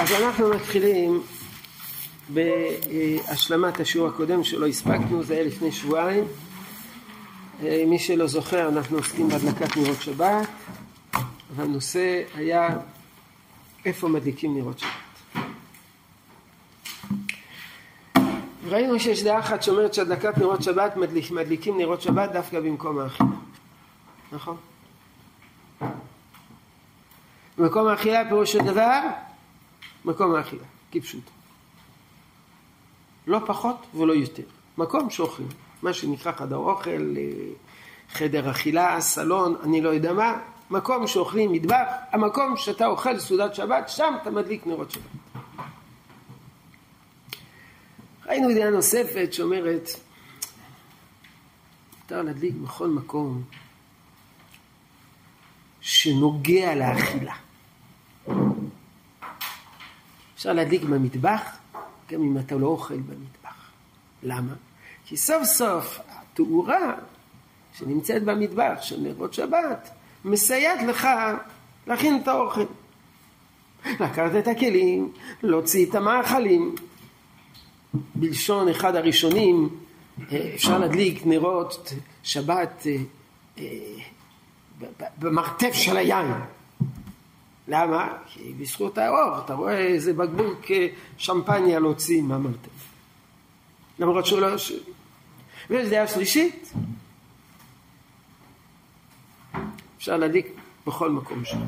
אז אנחנו מתחילים בהשלמת השיעור הקודם שלא הספקנו, זה היה לפני שבועיים. מי שלא זוכר, אנחנו עוסקים בהדלקת נרות שבת, והנושא היה איפה מדליקים נרות שבת. ראינו שיש דעה אחת שאומרת שהדלקת נרות שבת מדליקים נרות שבת דווקא במקום האכילה. נכון? במקום האכילה פירוש הדבר מקום האכילה, כפשוטו. לא פחות ולא יותר. מקום שאוכלים, מה שנקרא חדר אוכל, חדר אכילה, סלון, אני לא יודע מה, מקום שאוכלים מטבח, המקום שאתה אוכל סעודת שבת, שם אתה מדליק נרות שבת. ראינו דעה נוספת שאומרת, מותר להדליק בכל מקום שנוגע לאכילה. אפשר להדליק במטבח, גם אם אתה לא אוכל במטבח. למה? כי סוף סוף התאורה שנמצאת במטבח של נרות שבת, מסייעת לך להכין את האוכל. לקחת את הכלים, להוציא את המאכלים. בלשון אחד הראשונים, אפשר להדליק נרות שבת במרתף של היין. למה? כי בזכות האור, אתה רואה איזה בקבוק שמפניה להוציא מהמרתף. למרות שהוא לא... ויש דעה שלישית, אפשר להדליק בכל מקום שם.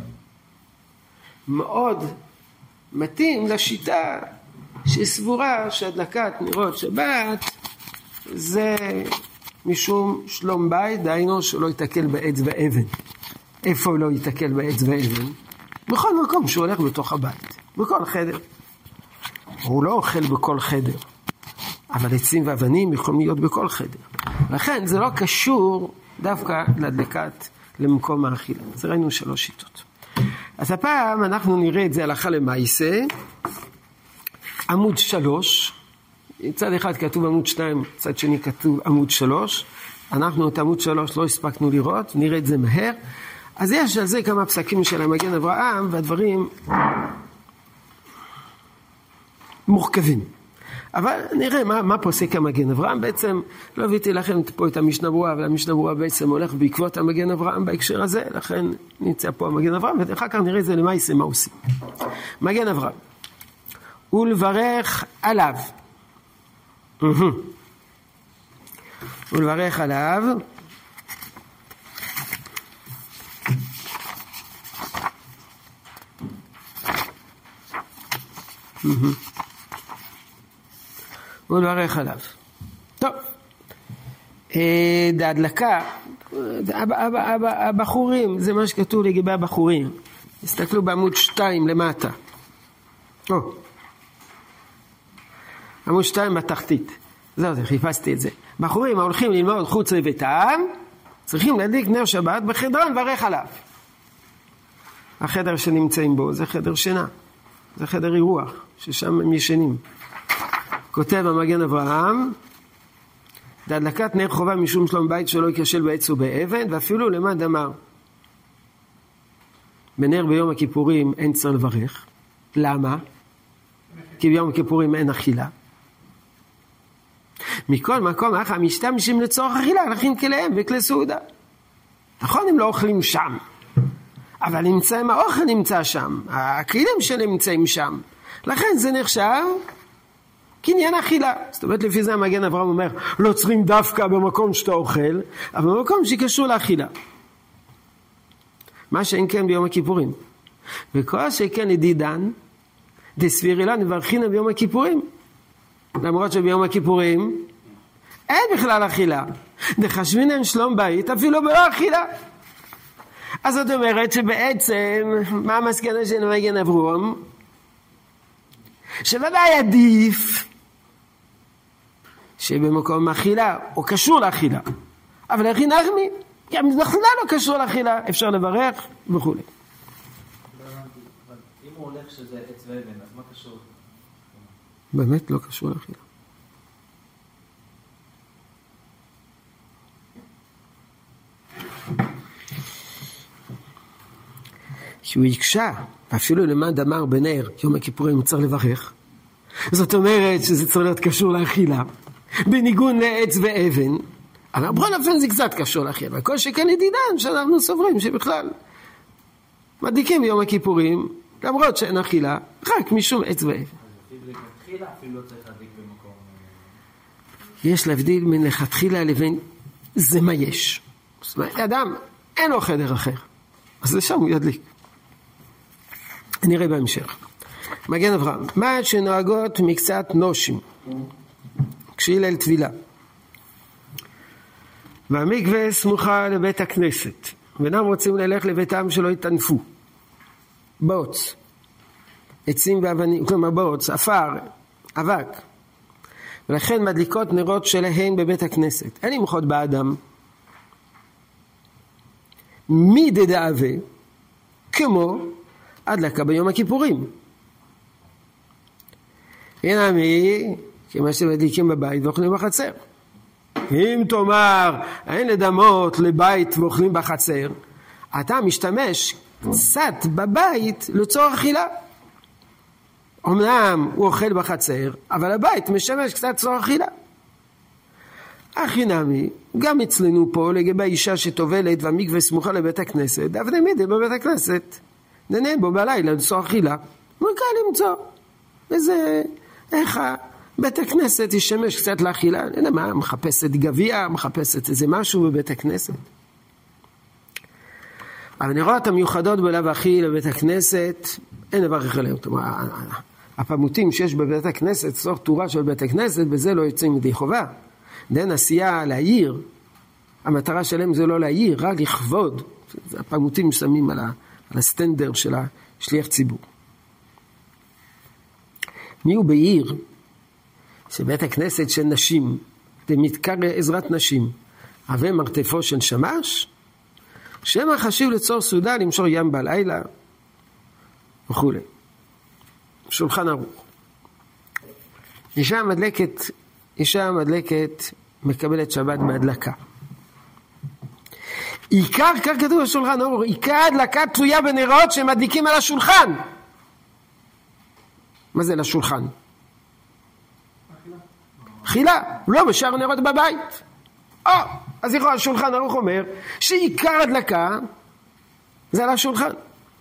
מאוד מתאים לשיטה שסבורה שהדלקת נרות שבת זה משום שלום בית, דהיינו שלא יתקל בעץ ואבן. איפה הוא לא יתקל בעץ ואבן? בכל מקום שהוא הולך בתוך הבית, בכל חדר. הוא לא אוכל בכל חדר, אבל עצים ואבנים יכולים להיות בכל חדר. לכן זה לא קשור דווקא להדלקת למקום האכילה. אז ראינו 3 שיטות. אז הפעם אנחנו נראה את זה הלכה למעשה. עמוד 3, צד אחד כתוב עמוד 2, צד שני כתוב עמוד 3. אנחנו את עמוד 3 לא הספקנו לראות, נראה את זה מהר. אז יש על זה כמה פסקים של המגן אברהם, והדברים מורכבים. אבל נראה מה פוסק המגן אברהם. בעצם לא הבאתי לכם פה את המשנה ברורה, אבל המשנה ברורה בעצם הולך בעקבות המגן אברהם בהקשר הזה, לכן נמצא פה המגן אברהם, ואחר כך נראה את זה למעשה מה עושים. מגן אברהם. ולברך עליו. ולברך עליו. ולברך עליו. טוב. ההדלקה, הבחורים, זה מה שכתוב לגבי הבחורים. תסתכלו בעמוד 2 למטה. עמוד 2 בתחתית. זהו, חיפשתי את זה. בחורים ההולכים ללמוד חוץ לביתם, צריכים להדליק נר שבת בחדרון ולברך עליו. החדר שנמצאים בו זה חדר שינה. זה חדר אירוח, ששם הם ישנים. כותב המגן אברהם, להדלקת נר חובה משום שלום בית שלא ייכשל בעץ ובאבן, ואפילו למד אמר, בנר ביום הכיפורים אין צריך לברך. למה? כי ביום הכיפורים אין אכילה. מכל מקום, אך המשתמשים לצורך אכילה, להכין כליהם וכלי סעודה. נכון, הם לא אוכלים שם, אבל האוכל נמצא שם, הכלים שלהם נמצאים שם. לכן זה נחשב קניין אכילה. זאת אומרת, לפי זה המגן אברהם אומר, לא צריכים דווקא במקום שאתה אוכל, אבל במקום שקשור לאכילה. מה שאין כן ביום הכיפורים. וכל שכן ידידן, דסבירי לנו וברכינה ביום הכיפורים. למרות שביום הכיפורים אין בכלל אכילה. דחשבינן שלום בית, אפילו בלא אכילה. אז זאת אומרת שבעצם, מה המסקנה של המגן אברהם? שוודאי עדיף שבמקום אכילה, או קשור לאכילה. אבל הכי נחמי, כי בכלל לא קשור לאכילה, אפשר לברך וכו'. אם הוא הולך שזה עץ ואבן, אז מה קשור? באמת לא קשור לאכילה. שהוא יקשה, ואפילו למד אמר בנר, יום הכיפורים צריך לברך. זאת אומרת שזה צריך להיות קשור לאכילה, בניגון לעץ ואבן, אבל בכל אופן זה קצת קשור לאכילה, וכל שכן ידידן שאנחנו סוברים שבכלל מדליקים ביום הכיפורים, למרות שאין אכילה, רק משום עץ ואבן. אפילו לא צריך להדליק במקום... יש להבדיל מן לכתחילה לבין זה מה יש. זאת אומרת, אדם אין לו חדר אחר, אז לשם הוא ידליק. נראה בהמשך. מגן אברהם, מה שנוהגות מקצת נושים, כשהיא ליל טבילה. והמקווה סמוכה לבית הכנסת, ואינם רוצים ללך לביתם שלא יתענפו. בוץ, עצים ואבנים, כלומר בוץ, אפר, אבק. ולכן מדליקות נרות שלהן בבית הכנסת. אין למחות באדם. מי דדאווה, כמו הדלקה ביום הכיפורים. הנה מי, כמה שמדליקים בבית ואוכלים בחצר. אם תאמר, אין לדמות לבית ואוכלים בחצר, אתה משתמש קצת בבית לצורך אכילה. אמנם הוא אוכל בחצר, אבל הבית משמש קצת צורך אכילה. החינמי, גם אצלנו פה לגבי אישה שטובלת והמקווה סמוכה לבית הכנסת, דווקא מידי בבית הכנסת, נהנה בו בלילה לצורך אכילה. הוא קל למצוא. וזה, איך בית הכנסת ישמש קצת לאכילה? אני יודע מה, מחפשת גביע, מחפשת איזה משהו בבית הכנסת. אבל נראות המיוחדות בלב אחי לבית הכנסת, אין דבר אחר להם. הפמותים שיש בבית הכנסת, צורך תורה של בית הכנסת, בזה לא יוצאים ידי חובה. דין עשייה להעיר, המטרה שלהם זה לא להעיר, רק לכבוד. הפמותים שמים על הסטנדר של השליח ציבור. מי הוא בעיר שבית הכנסת של נשים, דמתקר עזרת נשים, הווה מרתפו של שמש, שמא חשיב לצור סעודה למשור ים בלילה וכו'. שולחן ערוך. אישה מדלקת מקבלת שבת בהדלקה. עיקר, כך כתוב בשולחן ערוך, עיקר הדלקה תלויה בנרות שמדליקים על השולחן. מה זה לשולחן? אכילה, לא בשאר נרות בבית. אז יכול השולחן ערוך אומר שעיקר הדלקה זה על השולחן.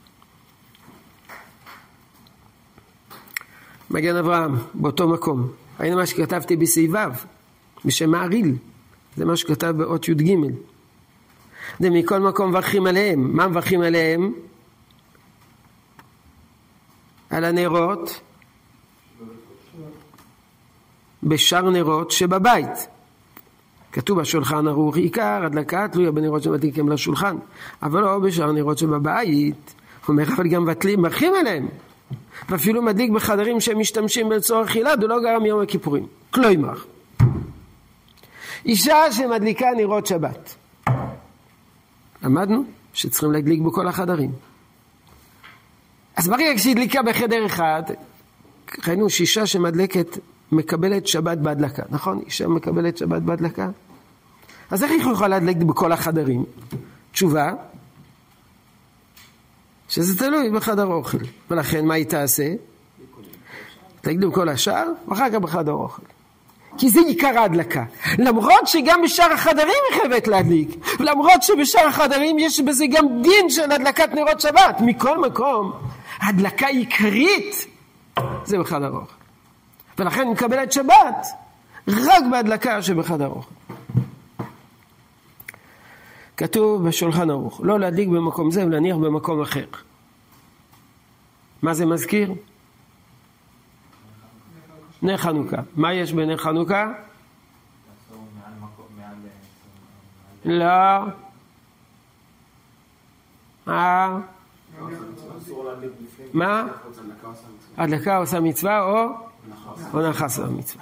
מגן אברהם, באותו מקום. היינו מה שכתבתי בסעיביו, בשם מעריל. זה מה שכתב באות י' ג'. זה מכל מקום מברכים עליהם. מה מברכים עליהם? על הנרות. בשאר נרות שבבית. כתוב בשולחן ערוך, עיקר הדלקה תלויה בנרות שמדליקים לשולחן. אבל לא בשאר נרות שבבית. הוא אומר, אבל גם מברכים עליהם. ואפילו מדליק בחדרים שהם משתמשים לצורך אכילה, זה לא גרם יום הכיפורים. כלומר, אישה שמדליקה נרות שבת. למדנו שצריכים להדליק בכל החדרים. אז ברגע כשהדליקה בחדר אחד, ראינו שאישה שמדלקת מקבלת שבת בהדלקה. נכון? אישה מקבלת שבת בהדלקה. אז איך היא יכולה להדליק בכל החדרים? תשובה, שזה תלוי בחדר אוכל. ולכן מה היא תעשה? תדליק בכל השאר, ואחר כך בחדר אוכל. כי זה עיקר ההדלקה. למרות שגם בשאר החדרים היא חייבת להדליק, ולמרות שבשאר החדרים יש בזה גם דין של הדלקת נרות שבת. מכל מקום, ההדלקה העיקרית זה בחדר אוכל. ולכן היא מקבלת שבת רק בהדלקה שבחדר אוכל. כתוב בשולחן ערוך, לא להדליק במקום זה ולהניח במקום אחר. מה זה מזכיר? נר חנוכה. מה יש בנר חנוכה? לא. מה? הדלקה עושה מצווה או נחס במצווה.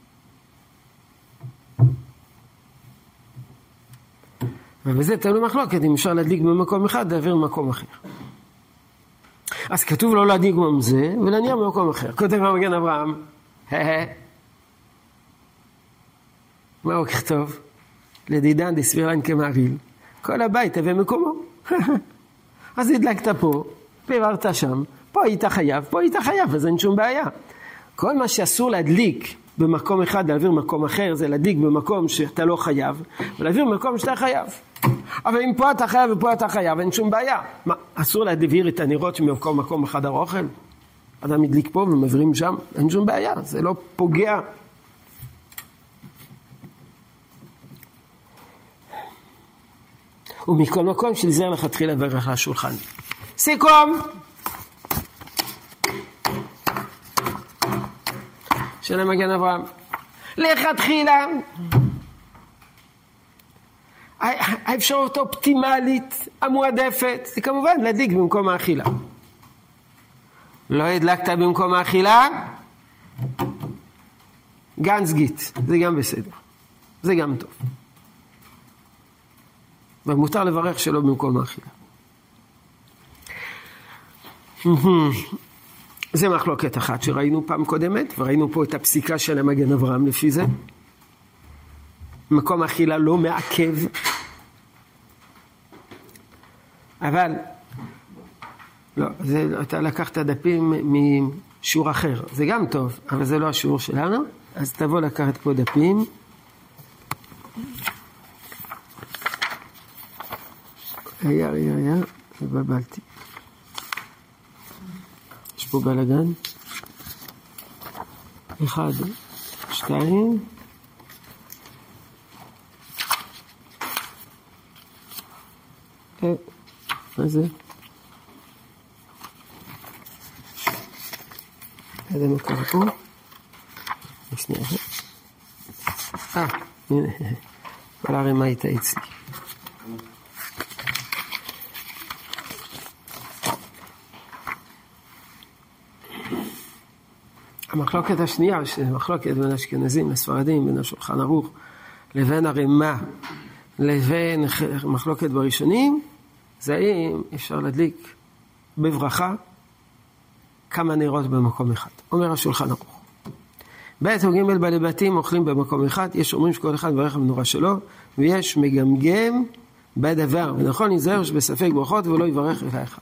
ובזה תלוי מחלוקת, אם אפשר להדליק במקום אחד, להעביר במקום אחר. אז כתוב לא להדליק במקום זה, ולהניח במקום אחר. כותב המגן אברהם, מה הוא כתוב? לדידן דסבירן כמעריל, כל הבית הווה מקומו. אז הדלקת פה, והעברת שם, פה היית חייב, פה היית חייב, אז אין שום בעיה. כל מה שאסור להדליק במקום אחד, להעביר במקום אחר, זה להדליק במקום שאתה לא חייב, ולהעביר במקום שאתה חייב. אבל אם פה אתה חייב ופה אתה חייב, אין שום בעיה. מה, אסור להעביר את הנרות ממקום בחדר האוכל? אדם מדליק פה ומעבירים שם, אין שום בעיה, זה לא פוגע. ומכל מקום שלזר לכתחילה לברך לשולחן. סיכום! של המגן אברהם. לכתחילה, האפשרות האופטימלית, המועדפת, זה כמובן להדליק במקום האכילה. לא הדלקת במקום האכילה, גנזגית, זה גם בסדר. זה גם טוב. ומותר לברך שלא במקום האכילה. זה מחלוקת אחת שראינו פעם קודמת, וראינו פה את הפסיקה של המגן אברהם לפי זה. מקום האכילה לא מעכב, אבל לא, אתה לקחת דפים משיעור אחר, זה גם טוב, אבל זה לא השיעור שלנו, אז תבוא לקחת פה דפים. היה, ובלבלתי. יש פה בלגן. 1, 2. מה זה? איזה מקרה פה? שנייה. הנה. כל הרמה הייתה אצלי. המחלוקת השנייה, שמחלוקת בין אשכנזים לספרדים, בין השולחן ערוך, לבין הרמה, לבין מחלוקת בראשונים, זה האם אפשר להדליק בברכה כמה נרות במקום אחד. אומר השולחן ערוך. ב' או ג' בעלי בתים אוכלים במקום אחד, יש אומרים שכל אחד מברך בנורה שלו, ויש מגמגם בדבר, ונכון להיזהר שבספק ברכות ולא יברך אלא אחד.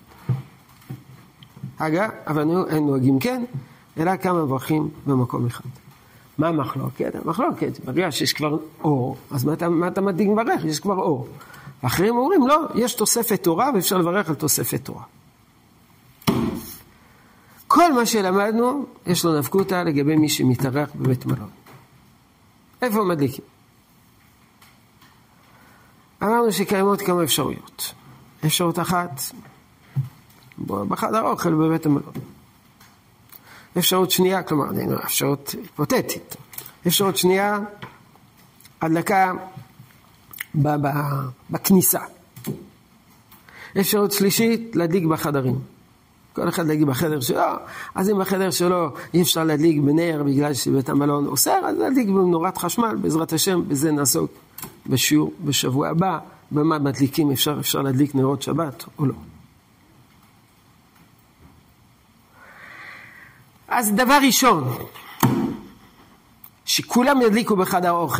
אגב, אבל אין נוהגים כן, אלא כמה מברכים במקום אחד. מה המחלוקת? המחלוקת, ברגע שיש כבר אור, אז מה אתה מדליק מברך? יש כבר אור. אחרים אומרים, לא, יש תוספת תורה ואפשר לברך על תוספת תורה. כל מה שלמדנו, יש לו נפקותא לגבי מי שמתארח בבית מלון. איפה מדליקים? אמרנו שקיימות כמה אפשרויות. אפשרות אחת, בחדר האוכל בבית המלון. אפשרות שנייה, כלומר, אפשרות היפותטית. אפשרות שנייה, הדלקה בכניסה. אפשרות שלישית, להדליק בחדרים. כל אחד להדליק בחדר שלו, אז אם בחדר שלו אי אפשר להדליק בנר בגלל שבית המלון אוסר, אז להדליק במנורת חשמל, בעזרת השם, בזה נעסוק בשיעור בשבוע הבא, במה מדליקים אפשר להדליק נרות שבת או לא. אז דבר ראשון, שכולם ידליקו בחדר האוכל,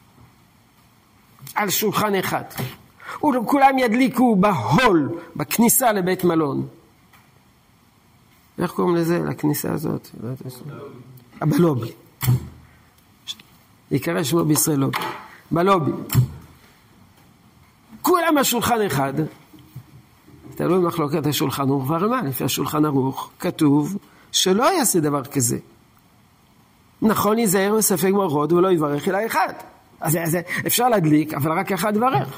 על שולחן אחד, וכולם ידליקו בהול, בכניסה לבית מלון. איך קוראים לזה, לכניסה הזאת? בלובי. יקרא שמו בישראל לובי. בלובי. כולם על שולחן אחד, תלוי מחלוקת השולחן ערוך והרמה, לפי השולחן ערוך כתוב שלא יעשה דבר כזה. נכון להיזהר מספק ברכות ולא יברך אלא אחד. אז אפשר להדליק, אבל רק אחד יברך.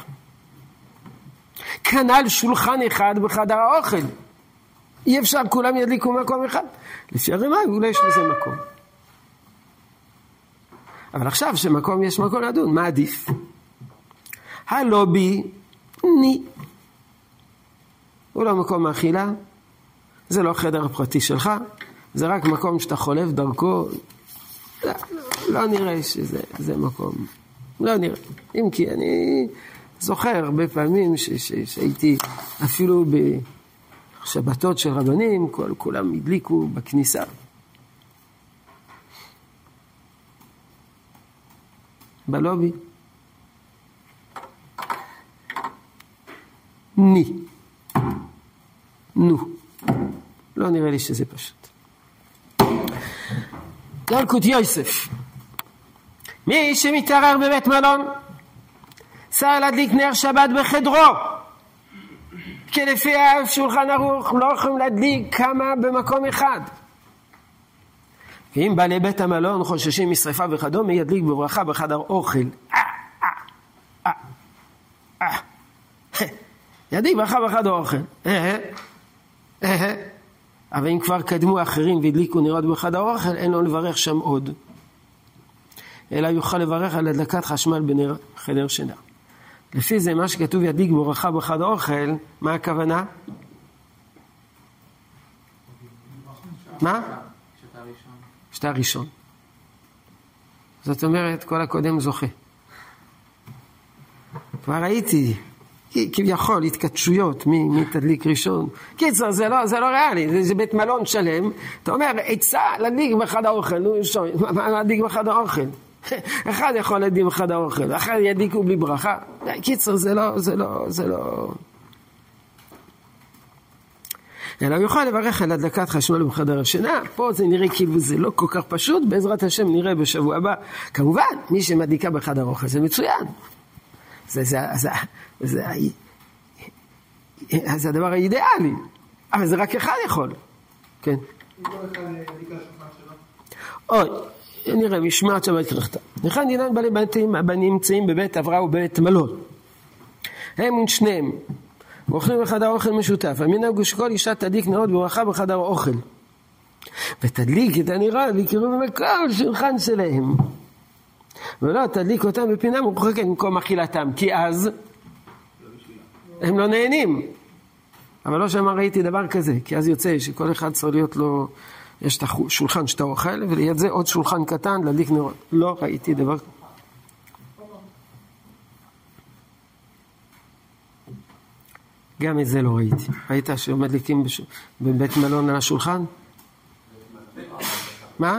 כנ"ל שולחן אחד בחדר האוכל. אי אפשר, כולם ידליקו מקום אחד. לפי הרמה, אולי יש לזה מקום. אבל עכשיו שמקום יש מקום לדון, מה עדיף? הלובי, הוא לא מקום האכילה, זה לא חדר הפרטי שלך, זה רק מקום שאתה חולף דרכו, לא נראה שזה מקום, לא נראה. אם כי אני זוכר הרבה פעמים שהייתי אפילו בשבתות של רבנים, כולם הדליקו בכניסה. בלובי. נו. לא נראה לי שזה פשוט. ילקוט יוסף. מי שמתערער בבית מלון, צריך להדליק נר שבת בחדרו. כי לפי שולחן ערוך לא יכולים להדליק כמה במקום אחד. ואם בעלי בית המלון חוששים משריפה וכדומה, ידליק בברכה בחדר אוכל. ידליק ברכה בחדר אוכל. אבל אם כבר קדמו אחרים והדליקו נרות בחדר אוכל, אין לו לברך שם עוד. אלא יוכל לברך על הדלקת חשמל בנר חדר שינה. לפי זה מה שכתוב ידליק ברכה בחדר אוכל, מה הכוונה? מה? שתה ראשון. זאת אומרת, כל הקודם זוכה. כבר ראיתי, כביכול, התקדשויות, מי תדליק ראשון. קיצר, זה לא ריאלי, זה בית מלון שלם. אתה אומר, עצה להדליק בחדר האוכל, מה להדליק בחדר האוכל? אחד יכול להדליק בחדר האוכל, אחד ידליקו בלי ברכה. קיצר, זה לא... אלא הוא יוכל לברך על הדלקת חשמל בחדר השינה. פה זה נראה כאילו זה לא כל כך פשוט, בעזרת השם נראה בשבוע הבא. כמובן, מי שמדליקה בחדר האוכל זה מצוין. זה הדבר האידיאלי. אבל זה רק אחד יכול. כן. אם כל אחד ידליקה השולחן שלו? אוי, נראה, משמעת שבת כרחתה. אחד דינן בעלי בתים נמצאים בבית עברה ובבית מלון. הם שניהם. ואוכלים בחדר אוכל משותף. המנהג הוא שכל אישה תדליק נרות ברכה בחדר האוכל. ותדליק את הנרות ויקראו במקום שולחן שלהם. ולא תדליק אותם בפינה מרוחקת במקום אכילתם. כי אז הם לא נהנים. אבל לא שמה ראיתי דבר כזה. כי אז יוצא שכל אחד צריך להיות לו, יש את השולחן שאתה אוכל, וליד זה עוד שולחן קטן להדליק נרות. לא ראיתי דבר כזה. גם את זה לא ראיתי. ראית שמדליקים בבית מלון על השולחן? מה?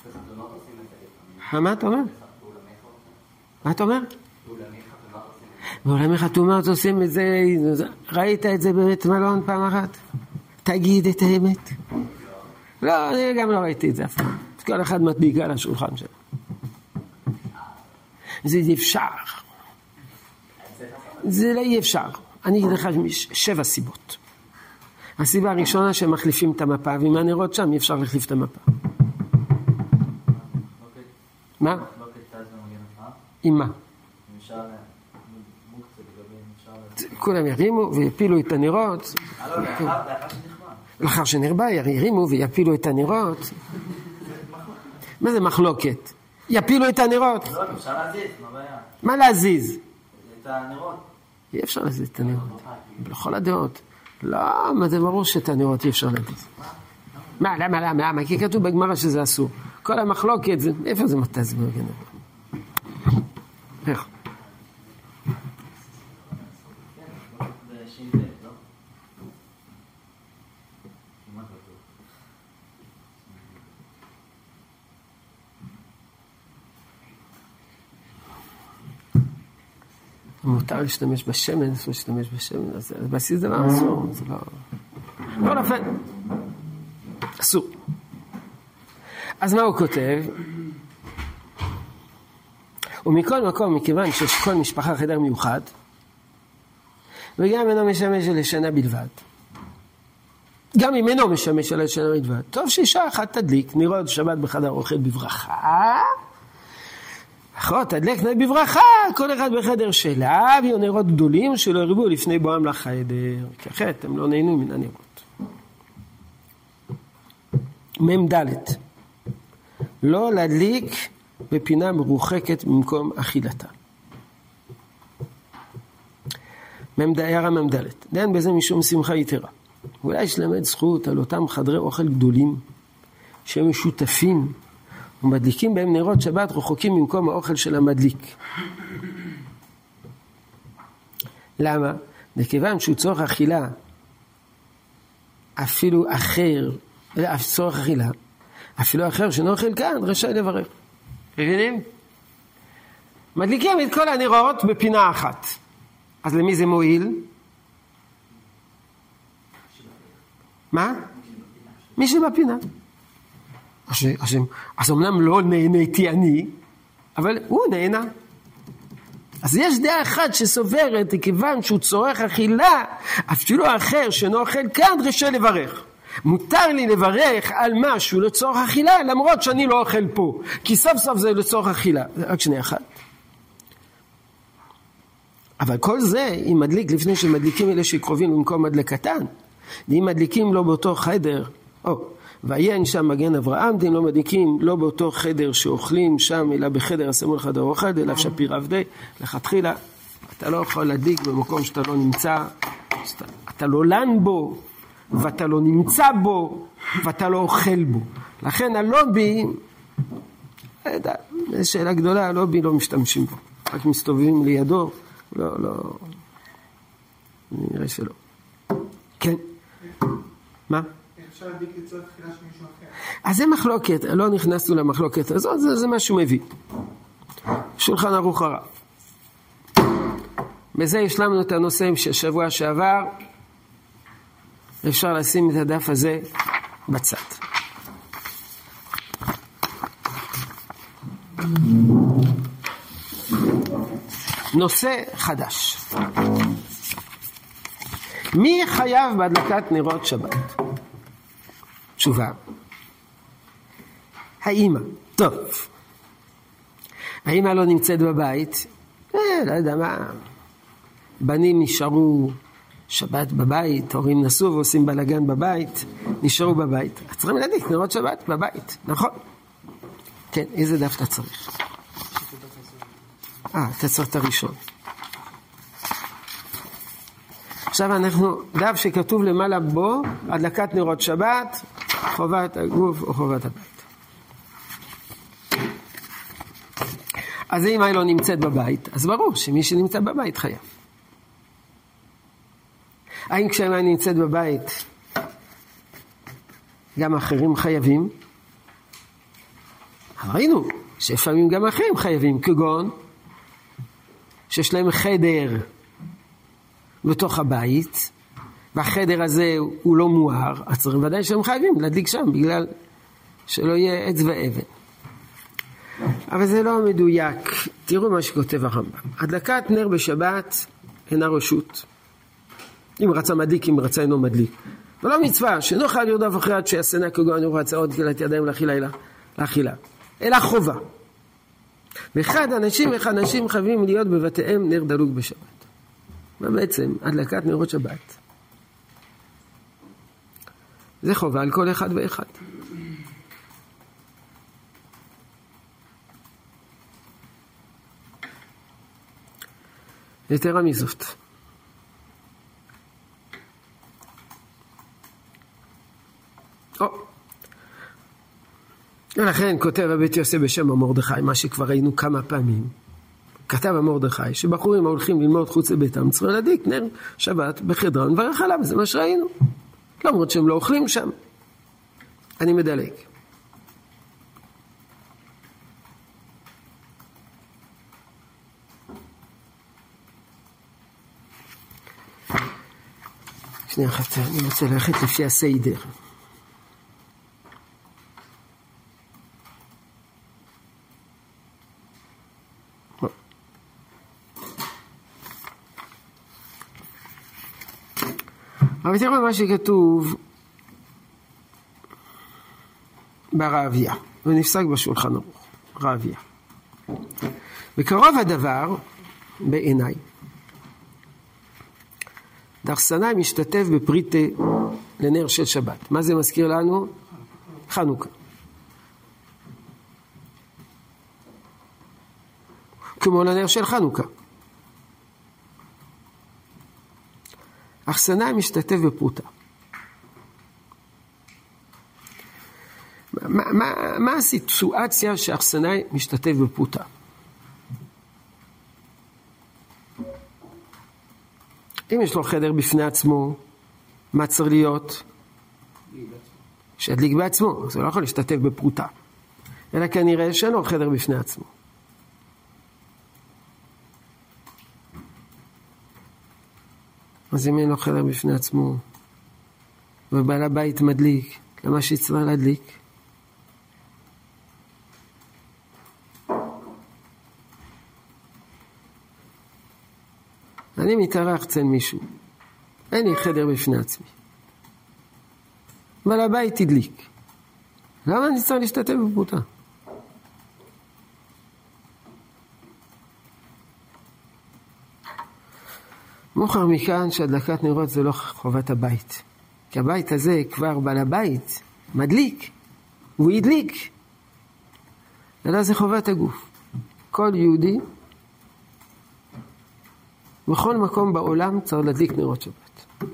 מה אתה אומר? מה אתה אומר? בעולמי חתומות עושים את זה, ראית את זה בבית מלון פעם אחת? תגיד את האמת. לא, אני גם לא ראיתי את זה אף פעם. כל אחד מדליק על השולחן שלו. זה אי אפשר. זה לא אי אפשר. אני אגיד לך 7 סיבות. הסיבה הראשונה שמחליפים את המפה, ואם הנרות שם אי אפשר להחליף את המפה. מה? עם מה? כולם ירימו ויפילו את הנרות. לאחר שנרבה ירימו ויפילו את הנרות. מה זה מחלוקת? יפילו את הנרות. לא, אפשר להזיז, מה בעיה? מה להזיז? את הנרות. אי אפשר להזיז את הנרות. בכל הדעות. לא, מה זה ברור שאת הנרות אי אפשר להזיז. מה, למה? כי כתוב בגמרא שזה אסור. כל המחלוקת, איפה זה מתז? איך? מותר להשתמש בשמן, אסור להשתמש בשמן, אז בעשית זה לא אסור, זה לא נפל. אסור. אז מה הוא כותב? ומכל מקום, מכיוון שיש כל משפחה חדר מיוחד, וגם אינו משמש לשנה בלבד. גם אם אינו משמש לשנה בלבד. טוב שאישה אחת תדליק נרות שבת בחדר אוכל בברכה, אחות תדלק נרות בברכה, כל אחד בחדר שלה, ויהיו נרות גדולים שלא ירבו לפני בואם לחדר, כי אחרת הם לא נהנו מן הנרות. מ"ד לא להדליק בפינה מרוחקת במקום אכילתה. הערה מ"ד, דן בזה משום שמחה יתרה. אולי יש למד זכות על אותם חדרי אוכל גדולים שהם משותפים ומדליקים בהם נרות שבת רחוקים במקום האוכל של המדליק. למה? מכיוון שהוא צורך אכילה אפילו אחר, צורך אכילה אפילו אחר שנאכל כאן רשאי לברך. מבינים? מדליקים את כל הנרות בפינה אחת. אז למי זה מועיל? מה? מי שבפינה. אז אמנם לא נהניתי אני, אבל הוא נהנה. אז יש דעה אחת שסוברת, כיוון שהוא צורך אכילה, אפילו האחר שאינו אוכל כאן רשאי לברך. מותר לי לברך על משהו לצורך אכילה, למרות שאני לא אוכל פה, כי סוף סוף זה לצורך אכילה. רק שני אחד. אבל כל זה, אם מדליק לפני שמדליקים אלה שקרובים במקום מדלקתן, ואם מדליקים לא באותו חדר, ויין שם מגן אברהם, דין לא מדליקים לא באותו חדר שאוכלים שם, אלא בחדר הסמול חדר אוכל, אלא שפיר עבדי, לכתחילה, אתה לא יכול להדליק במקום שאתה לא נמצא, אתה לא לן בו, ואתה לא נמצא בו, ואתה לא אוכל בו. לכן הלובי, זו שאלה גדולה, הלובי לא משתמשים בו, רק מסתובבים לידו, לא, נראה שלא. כן. מה? אפשר להדליק לצורך תחילה של מישהו אחר. אז זה מחלוקת, לא נכנסנו למחלוקת הזאת, זה משהו מביא. שולחן ערוך הרב. בזה השלמנו את הנושא ששבוע שעבר, אפשר לשים את הדף הזה בצד. נושא חדש. מי חייב בהדלקת נרות שבת? תשובה. האמא. טוב. האמא לא נמצאת בבית. לא יודע מה. בנים נשארו שבת בבית, הורים נסעו ועושים בלגן בבית, נשארו בבית. צריכים להדליק נרות שבת בבית, נכון? כן, איזה דף אתה צריך? אתה צריך את הראשון. עכשיו אנחנו, דף שכתוב למעלה בו, הדלקת נרות שבת, חובת הגוף או חובת הבית. אז אם היא לא נמצאת בבית, אז ברור שמי שנמצא בבית חייב. האם כשאימא נמצאת בבית, גם אחרים חייבים? ראינו שלפעמים גם אחרים חייבים, כגון שיש להם חדר בתוך הבית, והחדר הזה הוא לא מואר, אז צריכים ודאי שהם חייבים להדליק שם, בגלל שלא יהיה עץ ואבן. אבל זה לא מדויק. תראו מה שכותב הרמב"ם. הדלקת נר בשבת אינה רשות. אם רצה מדליק, אם רצה אינו מדליק. ולא מצווה, שאינו חייב לרדוף אחרי עד שיעשנה כגון הוא רצה עוד קלת ידיים לאכילה. אלא חובה. ואחד אנשים חייבים להיות בבתיהם נר דלוק בשבת. ובעצם, הדלקת נרות שבת. זה חובה על כל אחד ואחד. יתרה מזאת. ולכן כותב הבית יוסף בשם המרדכי, מה שכבר ראינו כמה פעמים. כתב המרדכי שבחורים הולכים ללמוד חוץ לביתם, צריכים להדליק נר שבת בחדרן וברך עליו, זה מה שראינו. למרות שהם לא אוכלים שם. אני מדלג. שנייה אחת, אני רוצה ללכת לפי הסיידר. אבל תראו מה שכתוב ברעביה, ונפסק בשולחן ערוך, רעביה. וקרוב הדבר בעיניי. דרסנאי משתתף בפריטה לנר של שבת. מה זה מזכיר לנו? חנוכה. כמו לנר של חנוכה. אכסנאי משתתף בפרוטה. מה הסיטואציה שאכסנאי משתתף בפרוטה? אם יש לו חדר בפני עצמו, מה צריך להיות? שידליק בעצמו, אז הוא לא יכול להשתתף בפרוטה. אלא כנראה שאין לו חדר בפני עצמו. אז אם אין לו חדר בפני עצמו, ובעל הבית מדליק, למה שצריך להדליק? אני מתארח אצל מישהו, אין לי חדר בפני עצמי, אבל הבית תדליק. למה אני צריך להשתתף בפרוטה? מוכר מכאן שהדלקת נרות זה לא חובת הבית, כי הבית הזה כבר בעל הבית מדליק, הוא ידליק, אלא זה חובת הגוף. כל יהודי בכל מקום בעולם צריך להדליק נרות שבת.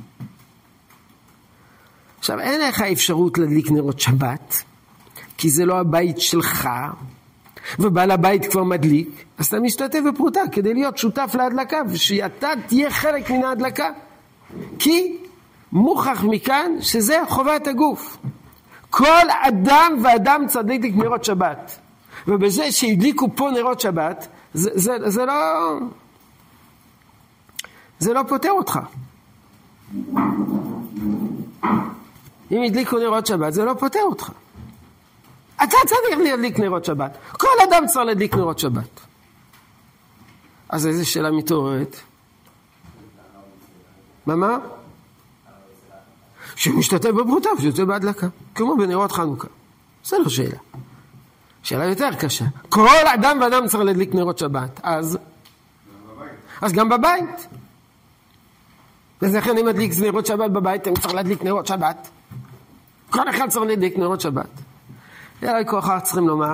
עכשיו אין לך אפשרות להדליק נרות שבת, כי זה לא הבית שלך, ובעל הבית כבר מדליק, אז אתה משתתף בפרוטה כדי להיות שותף להדלקה, ושאתה תהיה חלק מן ההדלקה. כי מוכח מכאן שזה חובת הגוף. כל אדם ואדם צריך להדליק נרות שבת. ובזה שהדליקו פה נרות שבת, זה לא פותר אותך. אם הדליקו נרות שבת, זה לא פותר אותך. אתה צריך להדליק נרות שבת. כל אדם צריך להדליק נרות שבת. אז איזה שאלה מתעוררת? מה? שמשתתף בפרוטה ושיוצא בהדלקה. כמו בנרות חנוכה. זה לא שאלה. שאלה יותר קשה. כל אדם ואדם צריך להדליק נרות שבת. אז גם בבית. אז לכן אם מדליק נרות שבת בבית, אני צריך להדליק נרות שבת. כל אחד צריך להדליק נרות שבת. יאללה, כל אחד צריכים לומר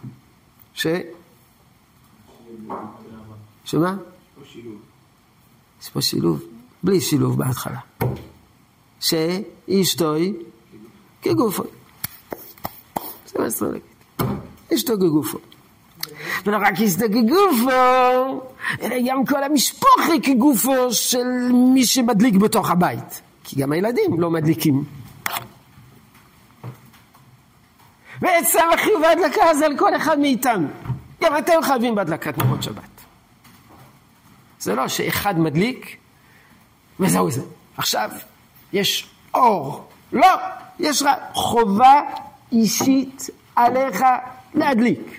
שמה? יש פה שילוב. בלי שילוב בהתחלה. שאשתוי כגופו. זה מה שצריך להגיד. אשתו כגופו. ולא רק אשתו כגופו, אלא גם כל המשפחה כגופו של מי שמדליק בתוך הבית. כי גם הילדים לא מדליקים. בעצם החיוב בהדלקה הזה על כל אחד מאיתנו. גם אתם חייבים בהדלקת נרות שבת. זה לא שאחד מדליק, וזהו זה. עכשיו, יש אור. לא, יש רק חובה אישית עליך להדליק.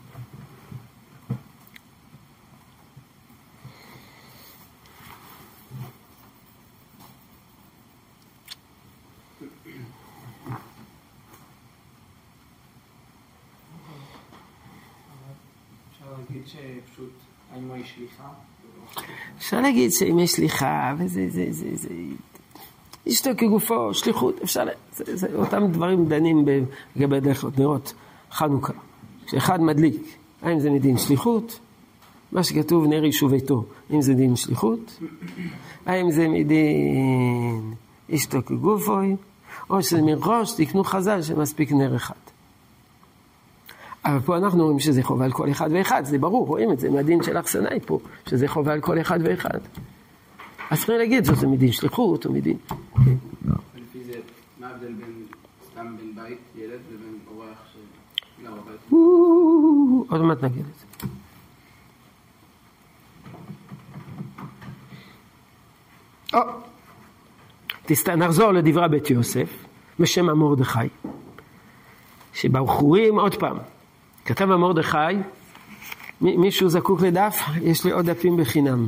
שפשוט האמא היא שליחה? אפשר להגיד שאמא שליחה, וזה אשתו כגופו, שליחות, אפשר, זה אותם דברים דנים לגבי דלקות נרות חנוכה. שאחד מדליק, האם זה מדין שליחות? מה שכתוב נר יישוב ביתו, אם זה דין שליחות? האם זה מדין אשתו כגופו? או שזה מראש תקנו חז"ל שמספיק נר אחד. אבל פה אנחנו רואים שזה חובה על כל אחד ואחד, זה ברור, רואים את זה מהדין של אכסנאי פה, שזה חובה על כל אחד ואחד. אז צריכים להגיד שזה מדין שליחות או מדין. ולפי זה, מה ההבדל סתם בין בית, ילד, לבין אורח שגר בבית? עוד מעט נגיד את זה. נחזור לדברי בית יוסף, בשם המרדכי, שבחורים עוד פעם, כתב המרדכי, מישהו זקוק לדף, יש לי עוד דפים בחינם.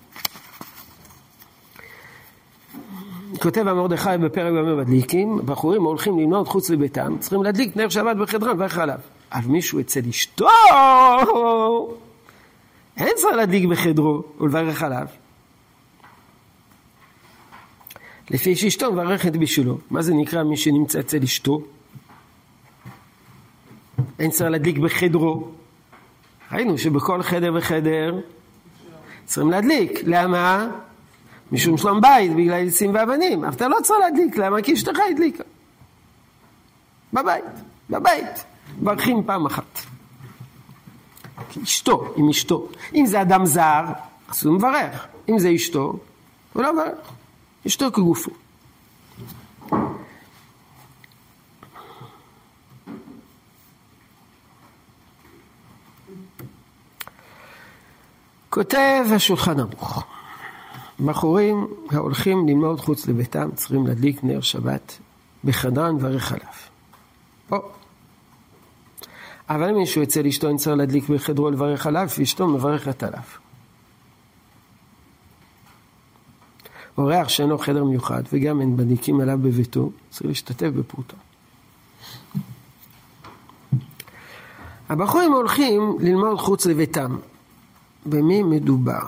כותב המרדכי בפרק במדליקים, בחורים הולכים ללמוד חוץ לביתם, צריכים להדליק נר שבת בחדרן ואיך עליו. אבל מישהו אצל אשתו, אין צריך להדליק בחדרו ולברך עליו. לפי שאשתו מברכת בשבילו. מה זה נקרא מי שנמצא אצל אשתו? אין צריך להדליק בחדרו. ראינו שבכל חדר וחדר צריכים להדליק. למה? משום שלום בית, בגלל עצים ואבנים. אבל אתה לא צריך להדליק. למה? כי אשתך הדליקה. בבית. ברכים פעם אחת. אשתו, עם אשתו. אם זה אדם זר, אז הוא מברך. אם זה אשתו, הוא לא מברך. אשתו כגופו. כותב השולחן ערוך, בחורים ההולכים ללמוד חוץ לביתם צריכים להדליק נר שבת בחדרן מברך עליו. אבל אם מישהו יצא לאשתו, אין צריך להדליק בחדרו לברך עליו, ואשתו מברכת עליו. אורח שאינו חדר מיוחד, וגם אין מדליקים עליו בביתו, צריך להשתתף בפרוטה. הבחורים הולכים ללמוד חוץ לביתם. במי מדובר?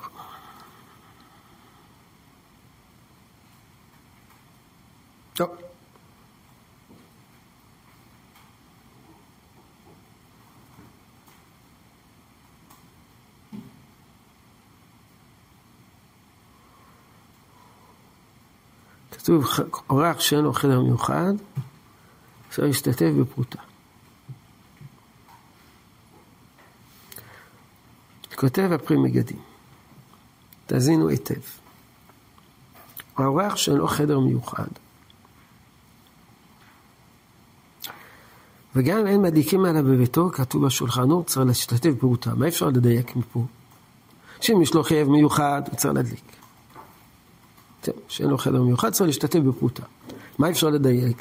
טוב. כתוב, אורח שאין לו חדר מיוחד, צריך להשתתף בפרוטה. כותב הפרי מגדים, תאזינו היטב. האורח שאין לו חדר מיוחד, וגם אם אין מדליקים עליו בביתו, כתוב בשולחן אורוך, צריך להשתתף בפרוטה. מה אפשר לדייק מפה? שאם יש לו חייב מיוחד, הוא צריך להדליק. שאין לו חדר מיוחד, צריך להשתתף בפרוטה. מה אפשר לדייק?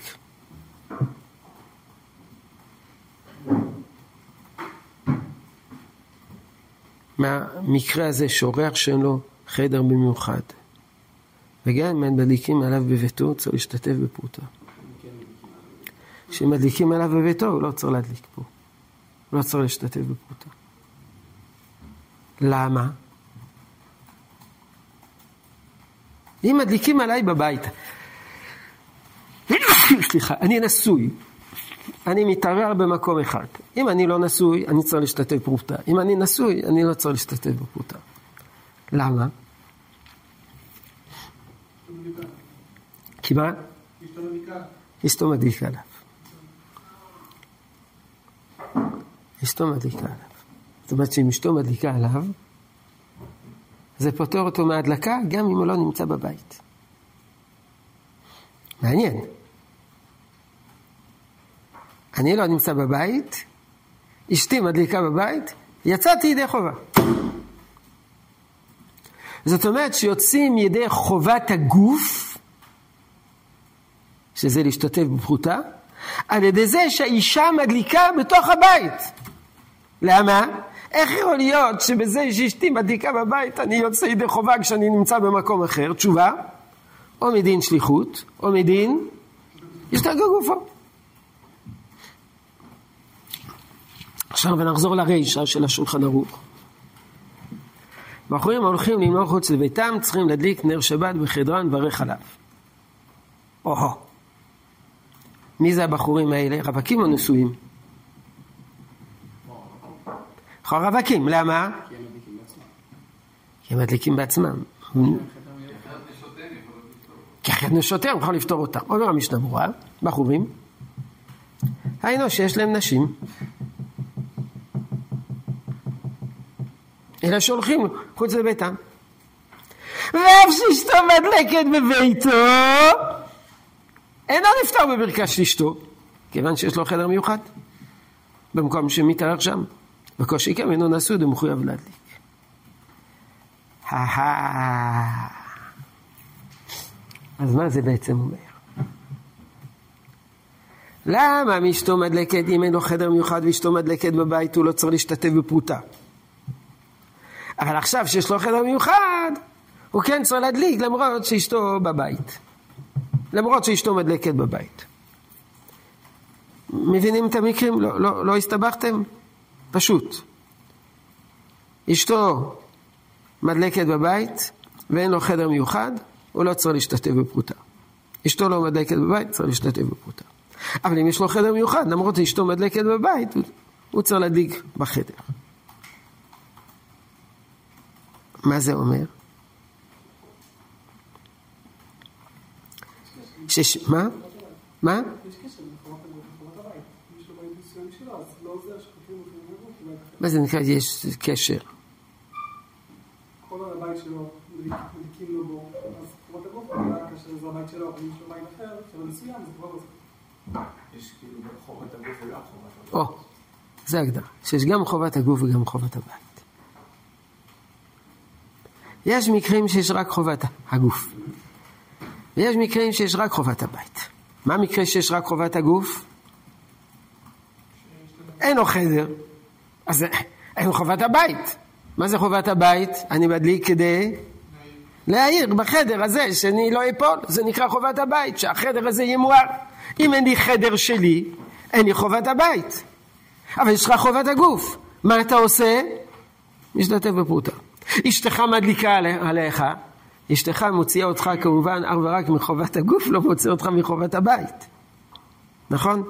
מהמקרה הזה שאורח שאין לו חדר במיוחד, וגם אם אין מדליקים עליו בביתו, צריך להשתתף בפרוטה. כשמדליקים עליו בביתו, הוא לא צריך להדליק פה. הוא לא צריך להשתתף בפרוטה. למה? אם מדליקים עליי בבית, סליחה, אני נשוי, אני מתערער במקום אחד. אם אני לא נשוי, אני צריך להשתתף בפרוטה. אם אני נשוי, אני לא צריך להשתתף בפרוטה. למה? כי מה? אשתו מדליקה עליו. אשתו מדליקה עליו. זאת אומרת שאם אשתו מדליקה עליו, זה פותר אותו מהדלקה, גם אם הוא לא נמצא בבית. מעניין. אני לא נמצא בבית, אשתי מדליקה בבית, יצאתי ידי חובה. זאת אומרת שיוצאים ידי חובת הגוף, שזה להשתתף בפרוטה, על ידי זה שהאישה מדליקה בתוך הבית. למה? איך יכול להיות שבזה שאשתי מדליקה בבית, אני יוצא ידי חובה כשאני נמצא במקום אחר? תשובה, או מדין שליחות, או מדין השתגע גופו. עכשיו נחזור לרישה של השולחן ערוך. בחורים הולכים ללמוד חוץ לביתם, צריכים להדליק נר שבת בחדרן מברך עליו. מי זה הבחורים האלה? רווקים או נשואים? רווקים, למה? כי הם מדליקים בעצמם. כי אחרת נשותיהם יכול לפתור אותם. אומר המשנה ברורה, בחורים, היינו שיש להם נשים. אלא שהולכים חוץ לביתם. ואף שאשתו מדלקת בביתו, אינו נפטר בברכת של אשתו, כיוון שיש לו חדר מיוחד, במקום שמתארח שם. בקושי כם אינו נשוי ומחויב להדליק. אז מה זה בעצם אומר? למה מאשתו מדלקת, אם אין לו חדר מיוחד ואשתו מדלקת בבית, הוא לא צריך להשתתף בפרוטה? אבל עכשיו שיש לו חדר מיוחד, הוא כן צריך להדליק למרות שאשתו בבית. למרות שאשתו מדלקת בבית. מבינים את המקרים? לא הסתבכתם? פשוט. אשתו מדלקת בבית ואין לו חדר מיוחד, הוא לא צריך להשתתף בפרוטה. אשתו לא מדלקת בבית, צריך להשתתף בפרוטה. אבל אם יש לו חדר מיוחד, למרות שאשתו מדלקת בבית, הוא צריך להדליק בחדר. מה זה אומר? מה? מה? מה זה נקרא? יש קשר. כל הבית שלו, מדליקים לו בו, אז חובת הגוף, כאשר זה הבית שלו, אבל אם יש לו בית אחר, שלא מסוים, זה כבר לא. יש כאילו חובת הגוף וגם חובת הבית. זה הגדרה, שיש גם חובת הגוף וגם חובת הבית. יש מקרים שיש רק חובת הגוף, ויש מקרים שיש רק חובת הבית. מה המקרה שיש רק חובת הגוף? אין לו חדר, אז אין לו חובת הבית. מה זה חובת הבית? אני מדליק כדי להעיר בחדר הזה שאני לא אפול. זה נקרא חובת הבית, שהחדר הזה יהיה מואר. אם אין לי חדר שלי, אין לי חובת הבית. אבל יש לך חובת הגוף. מה אתה עושה? משתתף בפרוטה. אשתך מדליקה עליך, אשתך מוציאה אותך כמובן אך ורק מחובת הגוף, לא מוציא אותך מחובת הבית. נכון?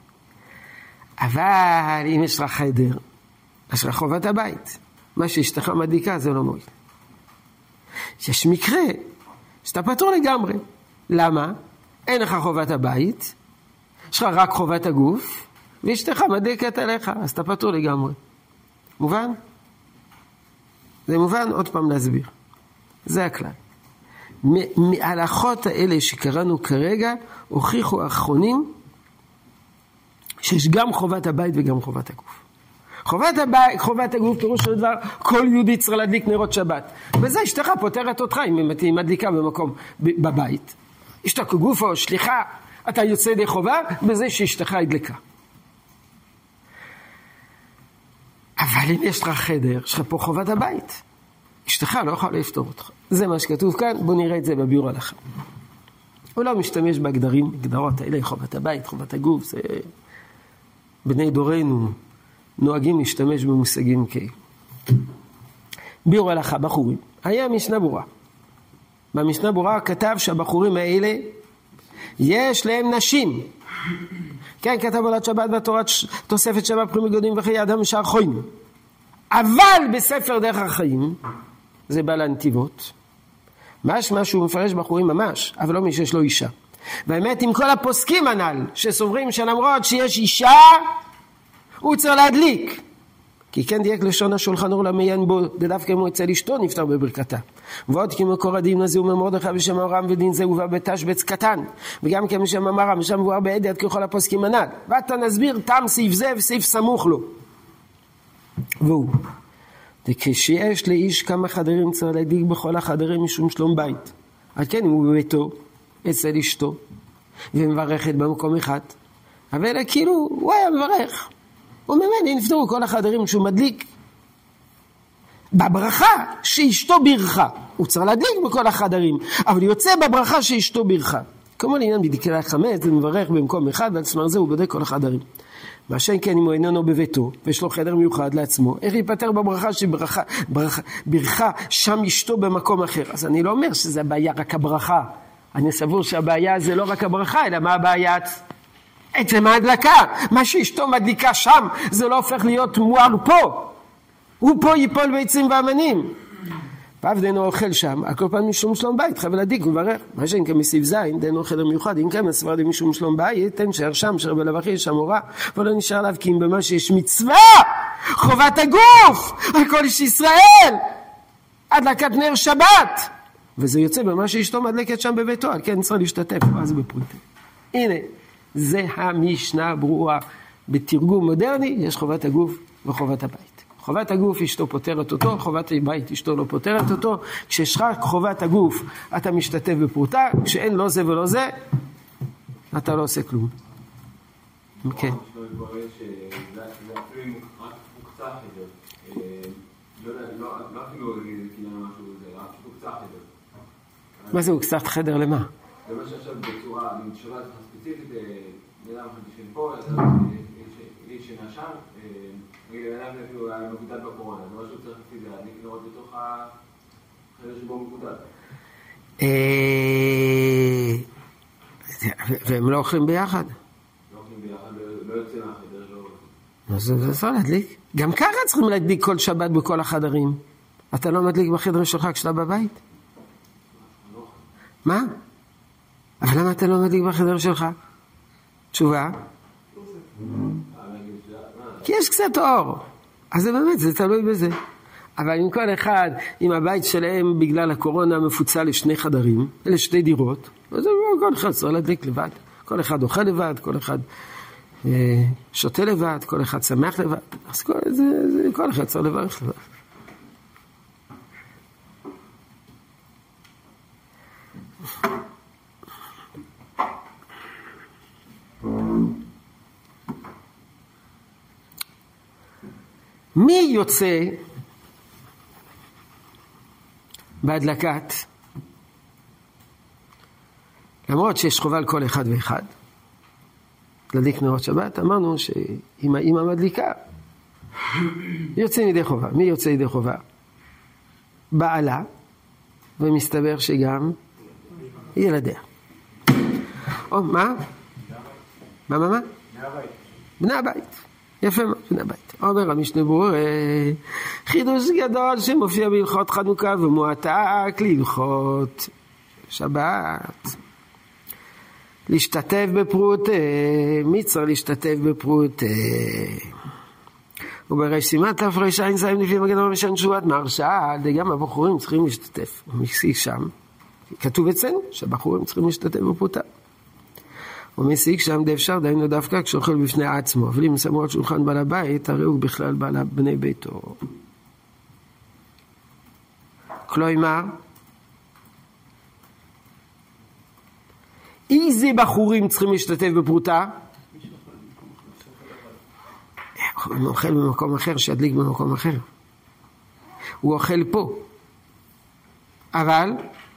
אבל אם יש לך חדר, יש לך חובת הבית. מה שאשתך מדליקה זה לא מועיל. יש מקרה שאתה פטור לגמרי. למה? אין לך חובת הבית, יש לך רק חובת הגוף, ואשתך מדליקת עליך, אז אתה פטור לגמרי. מובן? זה מובן? עוד פעם להסביר. זה הכלל. מההלכות האלה שקראנו כרגע, הוכיחו האחרונים שיש גם חובת הבית וגם חובת הגוף. חובת הגוף פירוש של דבר, כל יהודי צריך להדליק נרות שבת. וזה אשתך פותרת אותך אם היא מדליקה במקום בבית. אשתך כגוף או שליחה, אתה יוצא די חובה בזה שאשתך הדליקה. אבל אם יש לך חדר, יש לך פה חובת הבית. אשתך לא יכולה לפתור אותך. זה מה שכתוב כאן, בואו נראה את זה בביאור הלכה. הוא לא משתמש בהגדרות האלה, חובת הבית, חובת הגוף, זה בני דורנו נוהגים להשתמש במושגים כאלה. ביאור הלכה, בחורים. היה משנה ברורה. במשנה ברורה כתב שהבחורים האלה יש להם נשים. כן, כתב עולת שבת בתורה תוספת שבת פרי מגודים וחיי אדם משאר חיים. אבל בספר דרך החיים, זה בעל הנתיבות, משהו מפרש בחורים ממש, אבל לא מי שיש לו אישה. באמת עם כל הפוסקים הנ"ל, שסוברים שלמרות שיש אישה, הוא צריך להדליק. כי כן דייק לשון השולחן אור למיין בו, דווקא אם הוא אצל אשתו נפטר בברכתה. ועוד כי מקור הדין הזה הוא ממרדכי בשם אברהם ודין זה הובא בתשבץ קטן. וגם כי משם אמרם ושם מבואר בעדת ככל הפוסקים הנ"ל. ואתה נסביר טעם סעיף זה וסעיף סמוך לו. והוא, וכשיש לאיש כמה חדרים צריך להדליק בכל החדרים משום שלום בית. על כן אם הוא בביתו אצל אשתו ומברכת במקום אחד, אבל כאילו הוא היה מברך. וממני נפתרו כל החדרים שהוא מדליק. בברכה שאשתו ברכה, הוא צריך להדליק בכל החדרים, אבל יוצא בברכה שאשתו ברכה. כמו לעניין בדיקי החמץ, הוא מברך במקום אחד, ועל סמך זה הוא בודק כל החדרים. מה שאין כן אם הוא איננו בביתו, ויש לו חדר מיוחד לעצמו, איך ייפטר בברכה ברכה שם אשתו במקום אחר? אז אני לא אומר שזה הבעיה רק הברכה. אני סבור שהבעיה זה לא רק הברכה, אלא מה הבעיה? עצם ההדלקה. מה שאשתו מדליקה שם, זה לא הופך להיות מואר פה. הוא פה ייפול ביצים ואמנים. ואף דנו אוכל שם, על כל פעם משום שלום בית, חייב להדליק ולברך. מה שאין כמסיב זין, דנו חדר מיוחד, אם כן הסברדי משום שלום בית, תן שער שם, שער בלבחי, שם הורה, ולא נשאר עליו, כי אם במה שיש מצווה, חובת הגוף, על כל איש ישראל, הדלקת נר שבת. וזה יוצא במה שאשתו מדלקת שם בביתו, על כן צריך להשתתף, אז בפרוטה. הנה, זה המשנה ברורה. בתרגום מודרני, יש חובת הגוף וחובת הבית. חובת הגוף אשתו פותרת אותו, חובת הבית אשתו לא פותרת אותו. כשיש רק חובת הגוף אתה משתתף בפרוטה, כשאין לא זה ולא זה, אתה לא עושה כלום. כן. מה זה הוא קצת חדר למה? זה מה שעכשיו בצורה, אני שואלת לך ספציפית, נראה לך בשביל פה, איש שנשם, אדם אפילו היה מקודד בקורונה, זה משהו צריך להדליק נרות בתוך החדר שבו הוא מקודד. והם לא אוכלים ביחד? לא אוכלים ביחד, לא יוצא מהחדר, לא... אז זה אפשר להדליק. גם ככה צריכים להדליק כל שבת בכל החדרים. אתה לא מדליק בחדר שלך כשאתה בבית? מה? אבל למה אתה לא מדליק בחדר שלך? תשובה? כי יש קצת אור. אז זה באמת, זה תלוי בזה. אבל אם כל אחד, אם הבית שלהם בגלל הקורונה מפוצל לשני חדרים, לשתי דירות, אז כל אחד צריך להדליק לבד. כל אחד אוכל לבד, כל אחד שותה לבד, כל אחד שמח לבד. אז כל אחד צריך לברך לבד. מי יוצא בהדלקת? למרות שיש חובה על כל אחד ואחד להדליק נרות שבת, אמרנו שאם האמא מדליקה, יוצא ידי חובה. מי יוצא ידי חובה? בעלה, ומסתבר שגם ילדיה. או, מה? מה? בני הבית. יפה מאוד, בני הבית. אומר המשנה ברורה, חידוש גדול שמופיע בהלכות חנוכה ומועתק להלכות שבת. להשתתף בפרוטה, מי צריך להשתתף בפרוטה? וברשימת תפרש עין זיים לפי מגן הראשון שורת מרשה, גם הבחורים צריכים להשתתף. ומסיק שם, כתוב אצלנו שהבחורים צריכים להשתתף בפרוטה. ומסיק שם דאפשר דיינו דווקא כשאוכל בפני עצמו, אבל אם שמו על שולחן בעל הבית, הרי הוא בכלל בעל בני ביתו. כלומר, איזה בחורים צריכים להשתתף בפרוטה? הוא אוכל במקום אחר, שידליק במקום אחר. הוא אוכל פה. אבל,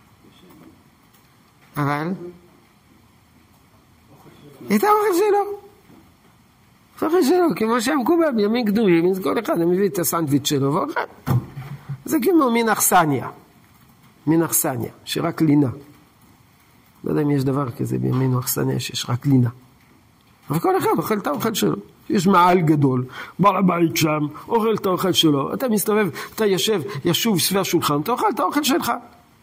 את האוכל שלו, כמו שהמקובל בימים קדומים, אז כל אחד מביא את הסנדוויץ' שלו ואוכל. זה כמו מין אכסניה, שרק לינה. לא יודע אם יש דבר כזה בימינו אכסניה שיש רק לינה. אבל כל אחד אוכל את האוכל שלו. יש מעל גדול, בעל הבית שם, אוכל את האוכל שלו. אתה מסתובב, אתה ישוב סביב השולחן, אתה אוכל את האוכל שלך.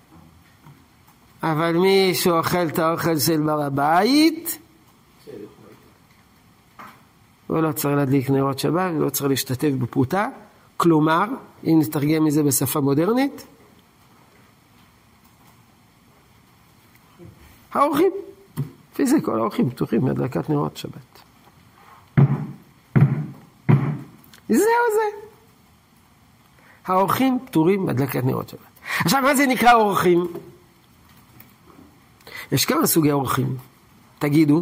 אבל מי שאוכל את האוכל של בעל הבית, הוא לא צריך להדליק נרות שבת, הוא לא צריך להשתתף בפרוטה. כלומר, אם נתרגם מזה בשפה מודרנית, האורחים, לפי זה כל האורחים פתוחים מהדלקת נרות שבת. זהו זה. האורחים פטורים בהדלקת נרות שבת. עכשיו, מה זה נקרא אורחים? יש כמה סוגי אורחים. תגידו.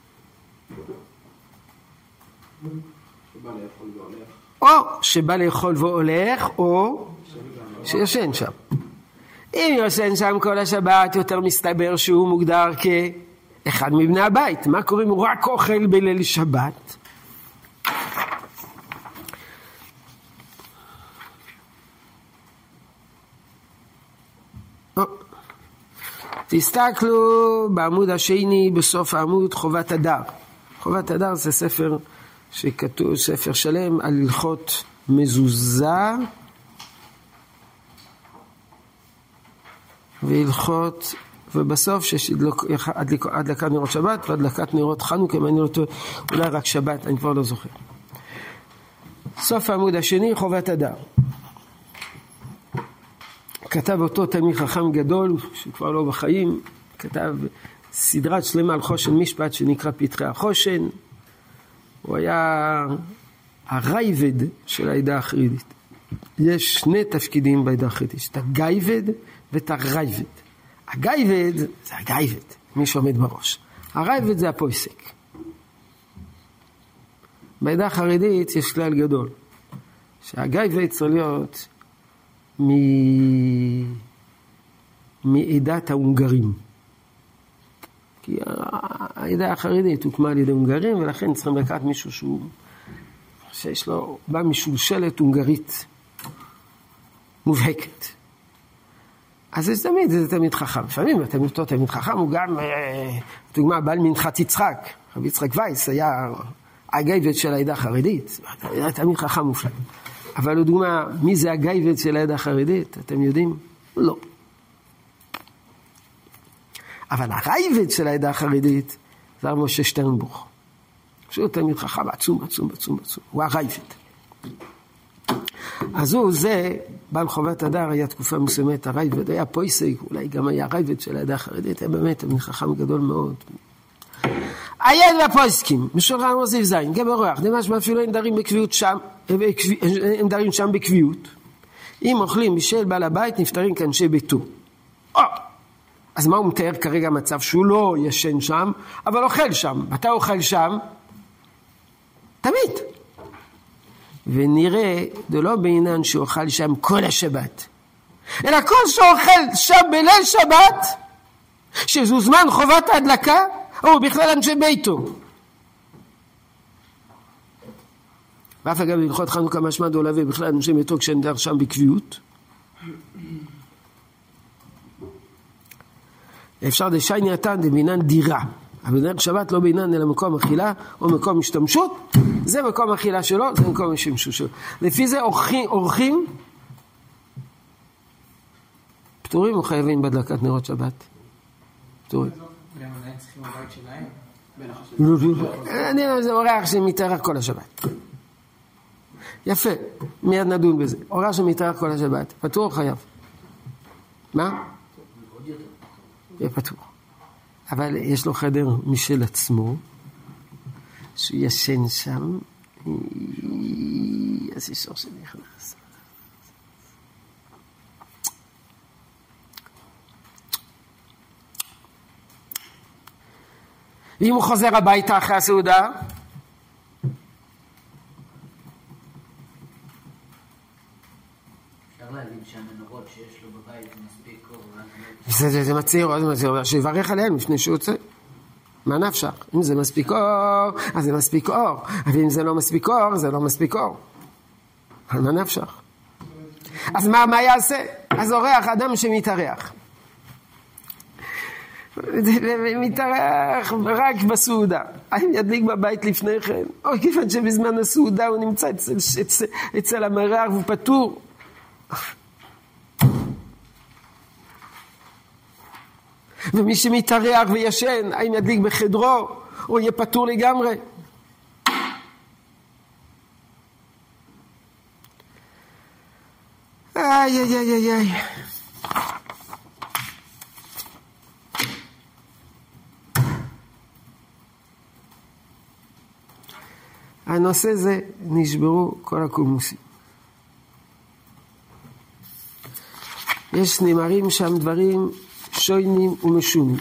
או שבא לאכול והולך, או שישן שם. אם ישן שם כל השבת, יותר מסתבר שהוא מוגדר כאחד מבני הבית. מה קוראים? הוא רק אוכל בליל שבת. תסתכלו בעמוד השני, בסוף העמוד, חובת הדר. חובת הדר זה ספר שכתוב, ספר שלם על הלכות מזוזה והלכות, ובסוף שיש הדלקת נרות שבת והדלקת נרות חנוכה, אם אני לא טועה, אולי רק שבת, אני כבר לא זוכר. סוף העמוד השני, חובת הדר. כתב אותו תלמיד חכם גדול, שכבר לא בחיים, כתב סדרת שלמה על חושן משפט שנקרא פתחי החושן. הוא היה הרייבד של העדה החרדית. יש שני תפקידים בעדה החרדית, יש את הגייבד ואת הרייבד. הגייבד זה הגייבד, מי שעומד בראש. הרייבד זה הפויסק. בעדה החרדית יש כלל גדול, שהגייבד צריך להיות מעדת ההונגרים. כי העדה החרדית הוקמה על ידי הונגרים, ולכן צריכים לקחת מישהו שיש לו, בא משולשלת הונגרית מובהקת. אז זה תמיד חכם. לפעמים אותו תמיד חכם הוא גם, דוגמה, בעל מנחת יצחק. רבי יצחק וייס היה הגייבד של העדה החרדית. היה תמיד חכם מופלא. אבל לדוגמה, מי זה הגייבד של העדה החרדית? אתם יודעים? לא. אבל הרייבד של העדה החרדית זה הרב משה שטרנבוך. שהוא תמיד חכם עצום. הוא הרייבד. אז הוא זה, בעל חובת הדר, היה תקופה מסוימת, הרייבד היה פויסק, אולי גם היה הרייבד של העדה החרדית, היה באמת תמיד חכם גדול מאוד. היד והפויסקים, משולחן מוסיף זין, גם הרוח, דמש אפילו אין דרים בקביעות שם, הם דרים שם בקביעות. אם אוכלים בשל בעל הבית, נפטרים כאנשי ביתו. אז מה הוא מתאר כרגע מצב שהוא לא ישן שם, אבל אוכל שם. אתה אוכל שם? תמיד. ונראה, זה לא בעניין שאוכל שם כל השבת, אלא כל שאוכל שם בליל שבת, שזו זמן חובת ההדלקה, או בכלל אנשי ביתו. ואף אגב בהלכות חנוכה משמע דולבי בכלל אנשי ביתו כשנדר שם בקביעות. אפשר דשייני נתן דבינן דירה. אבל בנר שבת לא בינן אלא מקום אכילה או מקום השתמשות. זה מקום אכילה שלו, זה מקום השתמשות שלו. לפי זה אורחים פטורים או חייבים בהדלקת נרות שבת? פטורים. הם צריכים בבית שלהם? אני זה אורח שמתארח כל השבת. יפה, מיד נדון בזה. אורח שמתארח כל השבת, פטור או חייב? מה? יהיה פטור. אבל יש לו חדר משל עצמו, שהוא ישן שם, אז יש אור שנכנס. ואם הוא חוזר הביתה אחרי הסעודה, אפשר להגיד שהמנורות שיש לו בבית מספיק אור. זה מצעיר, שיברך עליהם לפני שהוא יוצא. מה נפשך? אם זה מספיק אור, אז זה מספיק אור. ואם זה לא מספיק אור, זה לא מספיק אור. אבל מה נפשך? אז מה יעשה? אז אורח אדם שמתארח. מתארח רק בסעודה. האם ידליק בבית לפני כן? או כיוון שבזמן הסעודה הוא נמצא אצל המארח והוא פטור. ומי שמתארח וישן, האם ידליק בחדרו או יהיה פטור לגמרי? איי איי איי איי. הנושא זה נשברו כל הקולמוסים. יש נאמרים שם דברים שוינים ומשונים.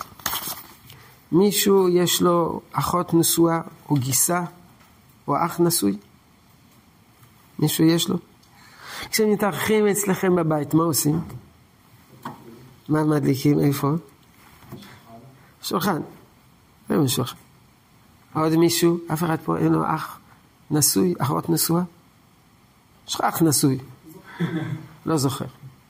מישהו יש לו אחות נשואה או גיסה או אח נשוי? מישהו יש לו? כשמתארחים אצלכם בבית, מה עושים? מה מדליקים? איפה? שולחן. איפה שולחן? עוד מישהו? אף אחד פה אין לו אח נשוי, אחות נשואה? יש לך אח נשוי? לא זוכר.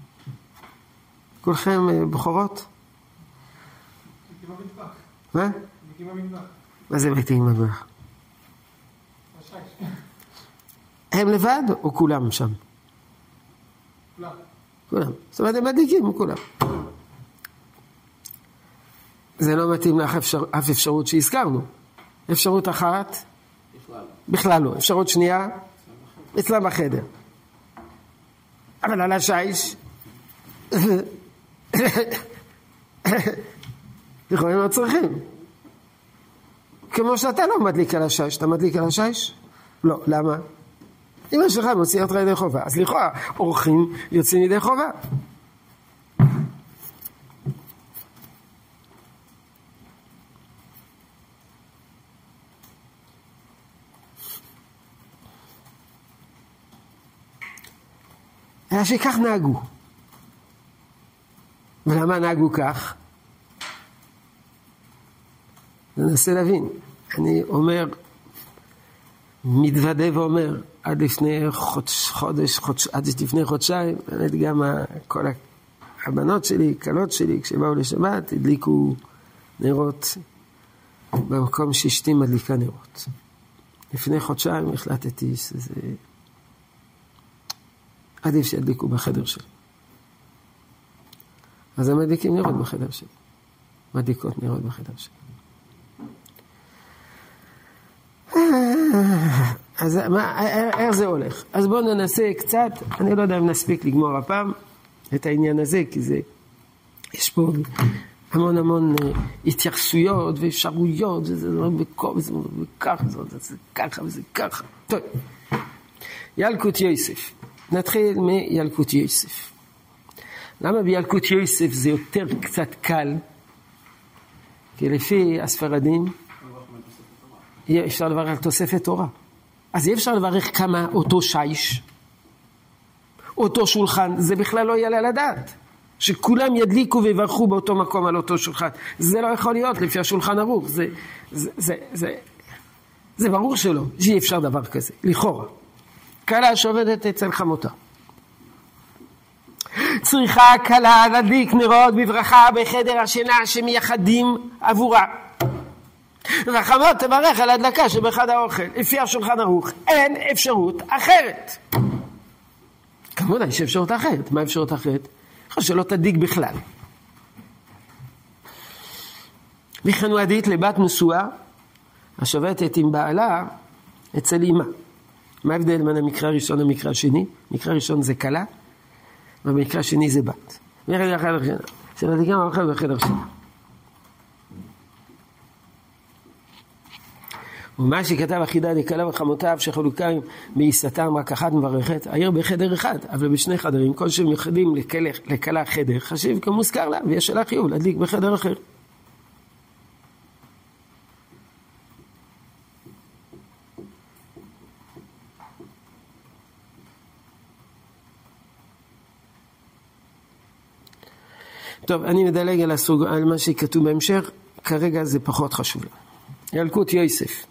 כולכם בחורות? מקים המטבח. מה? מקים המטבח. מה זה מקים המטבח? השייש. הם לבד או כולם שם? כולם. כולם. זאת אומרת, הם מדליקים כולם. זה לא מתאים לך אף אפשרות שהזכרנו. אפשרות אחת? בכלל לא. אפשרות שנייה? אצלם בחדר. אבל על השייש? יכולים לא צריכים. כמו שאתה לא מדליק על השייש. אתה מדליק על השייש? לא. למה? אמא שלך מוציאה אותך ידי חובה. אז לכאורה, אורחים יוצאים ידי חובה. אלא שכך נהגו. ולמה נהגו כך? ננסה להבין. אני אומר, מתוודה ואומר, עד לפני עד לפני חודשיים, באמת גם כל הבנות שלי, קלות שלי, כשבאו לשבת, הדליקו נרות במקום שאשתי מדליקה נרות. לפני חודשיים החלטתי שזה עדיף שידליקו בחדר שלי. אז הם מדליקים נרות בחדר שלי. מדליקות נרות בחדר שלי. אז איך זה הולך? אז בואו ננסה קצת, אני לא יודע אם נספיק לגמור הפעם את העניין הזה, כי זה, יש פה המון התייחסויות ואפשרויות, וזה ככה, זה ככה וזה ככה. טוב, ילקוט יוסף. נתחיל מילקוט יוסף. למה בילקוט יוסף זה יותר קצת קל? כי לפי הספרדים אפשר לדבר על תוספת תורה. אז אי אפשר לברך כמה אותו שיש, אותו שולחן, זה בכלל לא יעלה לדעת. שכולם ידליקו ויברכו באותו מקום על אותו שולחן. זה לא יכול להיות לפי השולחן ערוך. זה ברור שלא, שאי אפשר דבר כזה, לכאורה. כלה שעובדת אצל חמותה. צריכה כלה להדליק נרות בברכה בחדר השינה שמייחדים עבורה. וחמות תברך על הדלקה שבחד האוכל. לפי השולחן ערוך אין אפשרות אחרת. כמובן יש אפשרות אחרת. מה אפשרות אחרת? שלא תדליק בכלל. וכן הוא עדית לבת נשואה השובתת עם בעלה אצל אמא. מה ההבדל בין המקרה הראשון למקרה השני? מקרה ראשון זה כלה, ובמקרה השני זה בת. וחדר החדר שנה. שמדליקה מהאוכל בחדר שנה. ומה שכתב החידה לכלה וחמותיו שחלוקאים בעיסתם רק אחת מברכת, העיר בחדר אחד, אבל בשני חדרים, כל שהם יחדים לכלה חדר, חשיב כמוזכר לה, ויש לה חיוב להדליק בחדר אחר. טוב, אני מדלג על מה שכתוב בהמשך, כרגע זה פחות חשוב לה. ילקוט יוסף.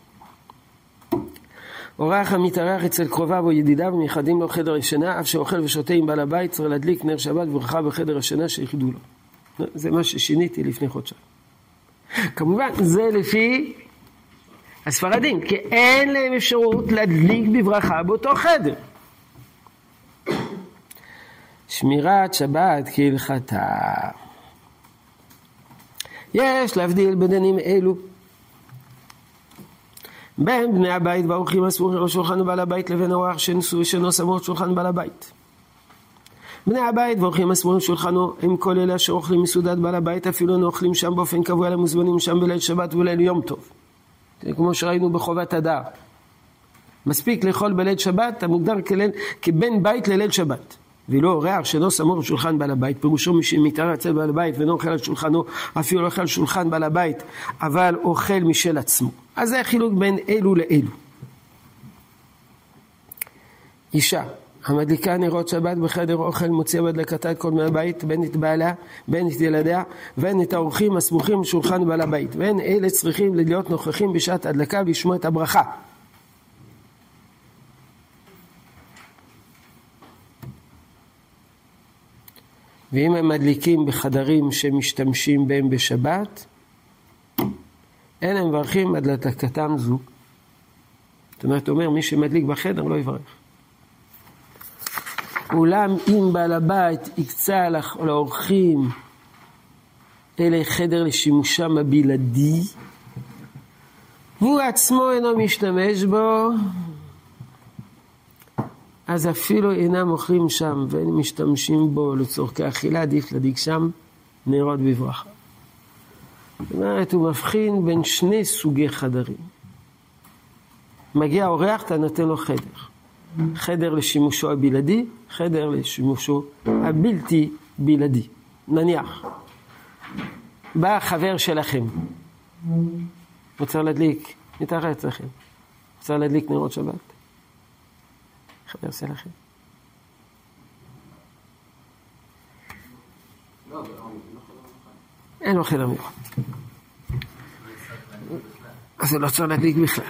אורח המתארח אצל קרוביו או ידידיו מייחדים לו חדר השינה, אף שאוכל ושותה עם בעל הבית צריך להדליק נר שבת וברכה בחדר השינה שיחידו לו. זה מה ששיניתי לפני חודשיים. כמובן, זה לפי הספרדים, כי אין להם אפשרות להדליק בברכה באותו חדר. שמירת שבת כהלכתה. יש להבדיל בדינים אלו. בין בני הבית והאורחים הסמוכים על שולחן בעל הבית לבין האורח שאינו סמוך שולחן בעל הבית. בני הבית והאורחים הסמוכים שולחנו הם כל אלה אשר אוכלים מסעודת בעל הבית, אפילו הם אוכלים שם באופן קבוע, הם מוזמנים שם בליל שבת וליל יום טוב. זה כמו שראינו בחובת הדר. מספיק לאכול בליל שבת המוגדר כבין בית לליל שבת. ולא אורח שאינו סמוך שולחן בעל הבית, פירושו מי שמתארח אצל בעל הבית ואינו אוכל על שולחנו, אפילו לא אוכל שולחן בעל הבית, אבל אוכל משל עצמו. אז זה חילוק בין אלו לאלו. אישה המדליקה נרות שבת בחדר אוכל מוציאה בהדלקתה את כל מהבית, בין את בעלה, בין את ילדיה, בין את האורחים הסמוכים לשולחן בעל הבית. ואין אלה צריכים להיות נוכחים בשעת הדלקה ולשמוע את הברכה. ואם הם מדליקים בחדרים שמשתמשים בהם בשבת, אין הם מברכים עד להדלקתם זו. זאת אומרת, אומר, מי שמדליק בחדר לא יברך. אולם אם בעל הבית יקצה לאורחים אלה חדר לשימושם הבלעדי, והוא עצמו אינו משתמש בו, אז אפילו אינם אוכלים שם ואין משתמשים בו לצורכי אכילה, עדיף להדליק שם נרות בברכה. זאת אומרת, הוא מבחין בין שני סוגי חדרים. מגיע אורח, אתה נותן לו חדר. חדר לשימושו הבלעדי, חדר לשימושו הבלתי בלעדי. נניח, בא חבר שלכם, רוצה להדליק, מתחת אצלכם, רוצה להדליק נרות שבת. איך אני עושה לכם? אין לו חדר מיוחד. אז זה לא צריך להדליק בכלל.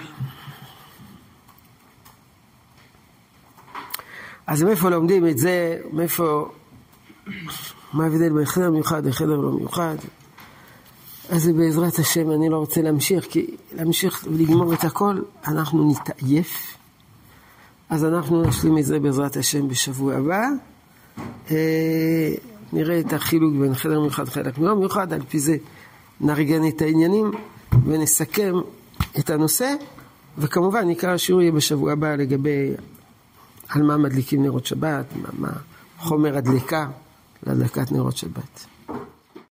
אז מאיפה לומדים את זה? מאיפה... מה ההבדל בין חדר מיוחד לחדר לא מיוחד? אז בעזרת השם אני לא רוצה להמשיך, כי להמשיך ולגמור את הכל, אנחנו נתעייף. אז אנחנו נשלים את זה בעזרת השם בשבוע הבא. נראה את החילוק בין חדר מיוחד לחדר לא מיוחד, על פי זה נארגן את העניינים ונסכם את הנושא, וכמובן עיקר השיעור יהיה בשבוע הבא לגבי על מה מדליקים נרות שבת, מה חומר הדליקה להדלקת נרות שבת.